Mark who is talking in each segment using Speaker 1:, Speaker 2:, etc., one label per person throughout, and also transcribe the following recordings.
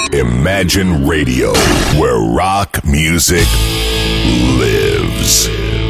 Speaker 1: Imagine Radio, where rock music lives.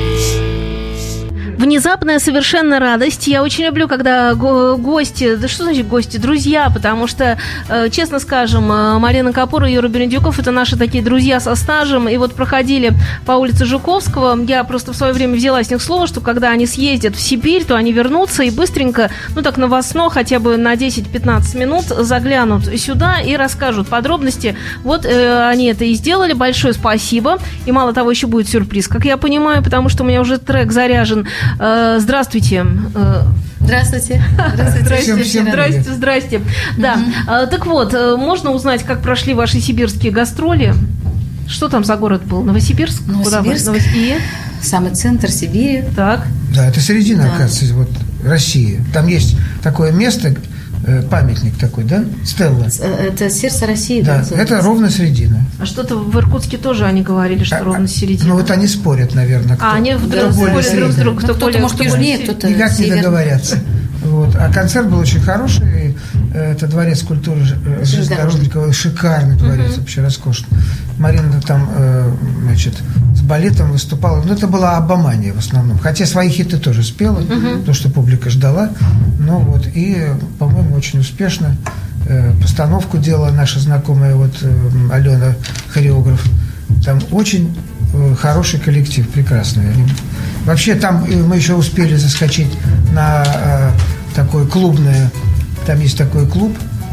Speaker 2: Внезапная совершенно радость. Я очень люблю, когда гости, да что значит гости, друзья, потому что, честно скажем, Марина Капур и Юра Берендюков — это наши такие друзья со стажем, и вот проходили по улице Жуковского, я просто в свое время взяла с них слово, что когда они съездят в Сибирь, то они вернутся и быстренько, ну так новостно, хотя бы на 10-15 минут заглянут сюда и расскажут подробности. Вот они это и сделали, большое спасибо, и мало того, еще будет сюрприз, как я понимаю, потому что у меня уже трек заряжен. Здравствуйте.
Speaker 3: Здравствуйте.
Speaker 2: Здрасте. Да. Так вот, можно узнать, как прошли ваши сибирские гастроли? Что там за город был? Новосибирск?
Speaker 3: Новосибирск. Самый центр Сибири.
Speaker 2: Так.
Speaker 4: Да, это середина, оказывается, вот России. Там есть такое место, памятник такой, да? Стелла.
Speaker 3: Это сердце России.
Speaker 4: Да, это ровно середина.
Speaker 2: А что-то в Иркутске тоже они говорили, что ровно середина.
Speaker 4: Ну вот они спорят, наверное.
Speaker 2: Они спорят друг с другом.
Speaker 3: Кто-то может южнее, кто-то
Speaker 4: никак не договорятся. Вот. А концерт был очень хороший. Это дворец культуры Железнодорожникова, шикарный дворец, вообще роскошный. Марина там, значит, с балетом выступала. Ну, это была Обамания в основном. Хотя свои хиты тоже спела, потому что публика ждала. Ну вот, и, по-моему, очень успешно постановку делала наша знакомая вот Алена, хореограф. Там очень хороший коллектив, прекрасный. Вообще там мы еще успели заскочить на такое клубное, там есть такой клуб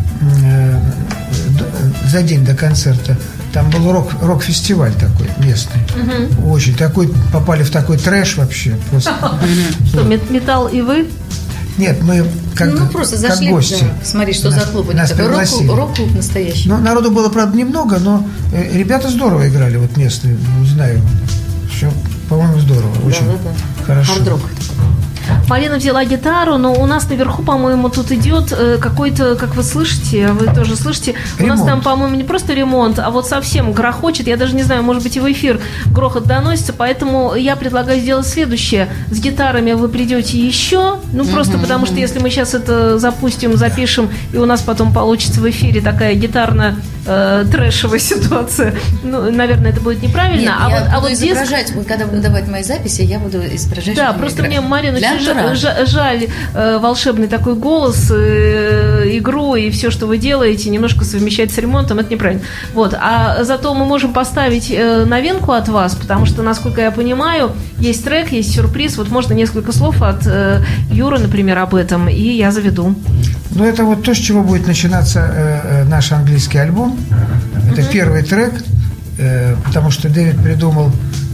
Speaker 4: за день до концерта. Там был рок-фестиваль такой местный. Очень такой, попали в такой трэш вообще. Просто.
Speaker 2: Что, металл и вы?
Speaker 4: Нет, мы как
Speaker 3: просто зашли,
Speaker 4: как гости.
Speaker 3: Да, смотри, что
Speaker 4: нас,
Speaker 3: за клуб.
Speaker 4: Нас пригласили.
Speaker 3: Рок-клуб настоящий.
Speaker 4: Ну, народу было, правда, немного, но ребята здорово играли, вот местные, не знаю, все, по-моему, здорово, очень хорошо.
Speaker 3: Хард-рок.
Speaker 2: Марина взяла гитару, но у нас наверху, по-моему, тут идет какой-то, как вы слышите, вы тоже слышите,
Speaker 4: ремонт.
Speaker 2: У нас там, по-моему, не просто ремонт, а вот совсем грохочет. Я даже не знаю, может быть, и в эфир грохот доносится, поэтому я предлагаю сделать следующее. С гитарами вы придете еще, просто потому что если мы сейчас это запустим, запишем, и у нас потом получится в эфире такая гитарно-трэшевая ситуация, наверное, это будет неправильно.
Speaker 3: Нет, я буду изображать, когда буду давать мои записи, я буду изображать.
Speaker 2: Да, просто мне, Марина, жаль волшебный такой голос, игру и все, что вы делаете, немножко совмещать с ремонтом, это неправильно. Вот. А зато мы можем поставить новинку от вас, потому что, насколько я понимаю, есть трек, есть сюрприз. Вот можно несколько слов от Юры, например, об этом, и я заведу.
Speaker 4: Ну, это вот то, с чего будет начинаться наш английский альбом. Это первый трек, потому что Дэвид придумал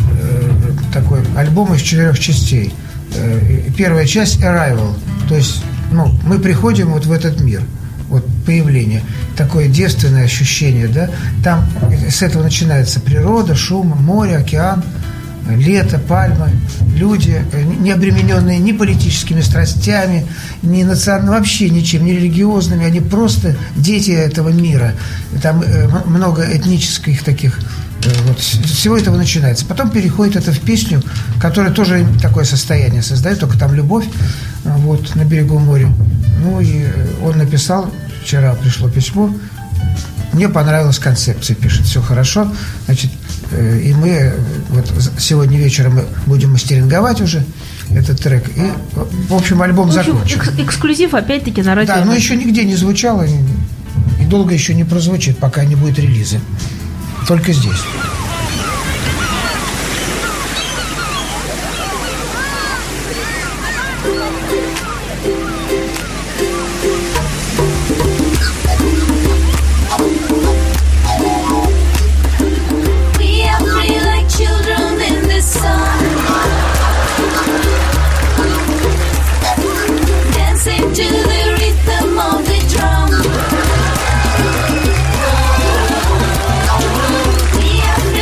Speaker 4: такой альбом из 4 частей. Первая часть Arrival, то есть мы приходим вот в этот мир, вот появление, такое девственное ощущение, да, там с этого начинается природа, шум, море, океан, лето, пальмы, люди, не обремененные ни политическими страстями, ни вообще ничем, ни религиозными, они просто дети этого мира, там много этнических таких. Вот, всего этого начинается. Потом переходит это в песню, которая тоже такое состояние создает, только там любовь, вот, на берегу моря. Ну, и он написал, вчера пришло письмо, мне понравилась концепция, пишет, все хорошо, значит, и мы вот сегодня вечером мы будем мастеринговать уже этот трек, и, в общем, альбом закончен.
Speaker 2: Эксклюзив, опять-таки, на радио.
Speaker 4: Да, но еще нигде не звучало, и долго еще не прозвучит, пока не будет релиза. Только здесь.
Speaker 5: We are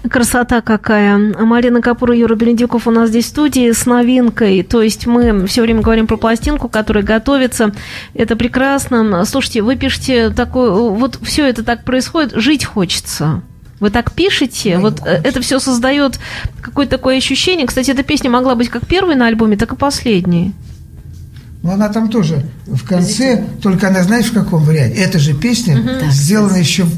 Speaker 2: Красота какая. Марина Капур и Юра Бенедюков у нас здесь в студии с новинкой. То есть мы все время говорим про пластинку, которая готовится. Это прекрасно. Слушайте, вы пишете такое... Вот все это так происходит. Жить хочется. Вы так пишете, вот это все создает какое-то такое ощущение. Кстати, эта песня могла быть как первой на альбоме, так и последней.
Speaker 4: Но она там тоже в конце, только она, знаешь, в каком варианте? Эта же песня сделана еще,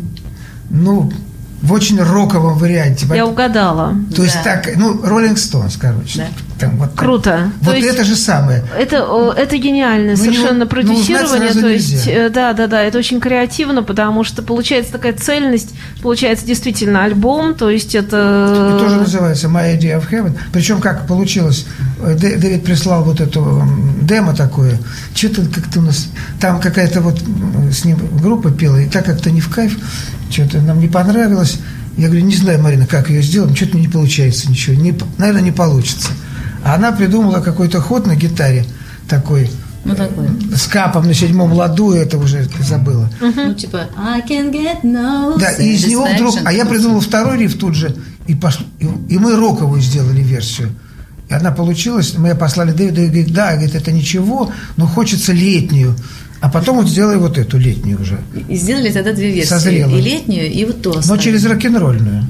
Speaker 4: в очень роковом варианте.
Speaker 2: Я угадала.
Speaker 4: То есть так, Rolling Stones, короче.
Speaker 3: Да.
Speaker 4: Там, вот
Speaker 2: круто.
Speaker 4: Вот это же самое.
Speaker 2: Это гениально, совершенно продюсирование. То есть, да, это очень креативно, потому что получается такая цельность, получается действительно альбом, то есть это...
Speaker 4: И тоже называется My Idea of Heaven. Причем как получилось, Дэвид прислал вот эту демо такое, что-то как-то у нас, там какая-то вот с ним группа пела, и так как-то не в кайф, что-то нам не понравилось. Я говорю, не знаю, Марина, как ее сделаем, что-то не получается ничего, наверное, не получится. А она придумала какой-то ход на гитаре такой, с капом на 7-м ладу, это уже забыла.
Speaker 3: Типа I can get no.
Speaker 4: Да, и из него вдруг, а я придумал второй риф тут же, и мы роковую сделали версию. И она получилась, мы ее послали Дэвиду, и говорит, да, говорит, это ничего, но хочется летнюю. А потом вот сделай вот эту летнюю уже.
Speaker 3: И сделали тогда две версии.
Speaker 4: Созрела.
Speaker 3: И летнюю, и вот ту оставили.
Speaker 4: Но через рок-н-ролльную.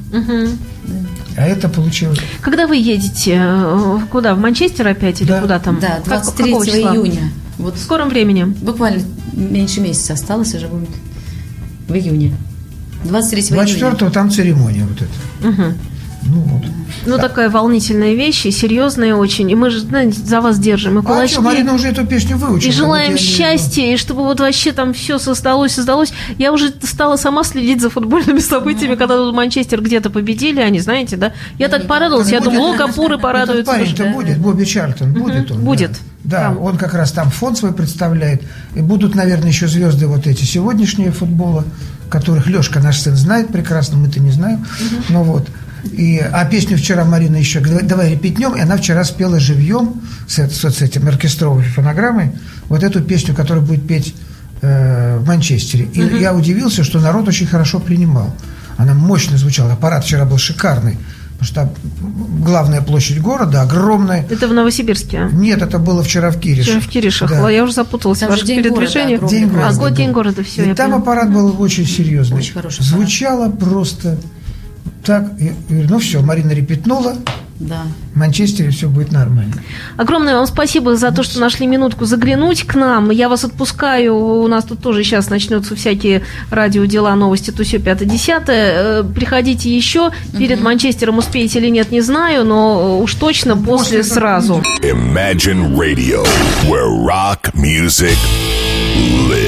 Speaker 4: А это получилось.
Speaker 2: Когда вы едете? Куда? В Манчестер опять или куда там?
Speaker 3: Да, 23 июня.
Speaker 2: Вот в скором времени.
Speaker 3: Буквально меньше месяца осталось, уже будет в июне. 23 июня.
Speaker 4: 24-го там церемония вот эта.
Speaker 2: Такая волнительная вещь, и серьезная очень. И мы же за вас держим. И кулачки.
Speaker 4: Марина уже эту песню выучила.
Speaker 2: И желаем счастья, и чтобы вот вообще там все создалось. Я уже стала сама следить за футбольными событиями, когда тут Манчестер где-то победили, они, знаете, да? Я так порадовалась, я думала, Капуры порадуются.
Speaker 4: Парень-то будет, Бобби Чарлтон, будет он.
Speaker 2: Будет.
Speaker 4: Да, он как раз там фонд свой представляет. И будут, наверное, еще звезды вот эти сегодняшние футбола, которых Лешка, наш сын, знает прекрасно, мы-то не знаем. Ну вот. А песню вчера Марина еще говорит, давай репетнем, и она вчера спела живьем с этим оркестровой фонограммой вот эту песню, которую будет петь в Манчестере. И я удивился, что народ очень хорошо принимал. Она мощно звучала, аппарат вчера был шикарный, потому что главная площадь города огромная.
Speaker 2: Это в Новосибирске?
Speaker 4: Нет, это было вчера в Киришах.
Speaker 2: Вчера в Киришах. Да. Я уже запуталась в ваших передвижениях. День города, все.
Speaker 4: И там аппарат был очень серьезный.
Speaker 3: Очень хороший.
Speaker 4: Звучало просто... Так, я говорю, все, Марина репетнула,
Speaker 3: да.
Speaker 4: В Манчестере все будет нормально.
Speaker 2: Огромное вам спасибо за то, что нашли минутку заглянуть к нам. Я вас отпускаю, у нас тут тоже сейчас начнутся всякие радиодела, новости, то все 5-10. Приходите еще, перед Манчестером успеете или нет, не знаю, но уж точно после сразу.
Speaker 1: Imagine Radio, where rock music lives.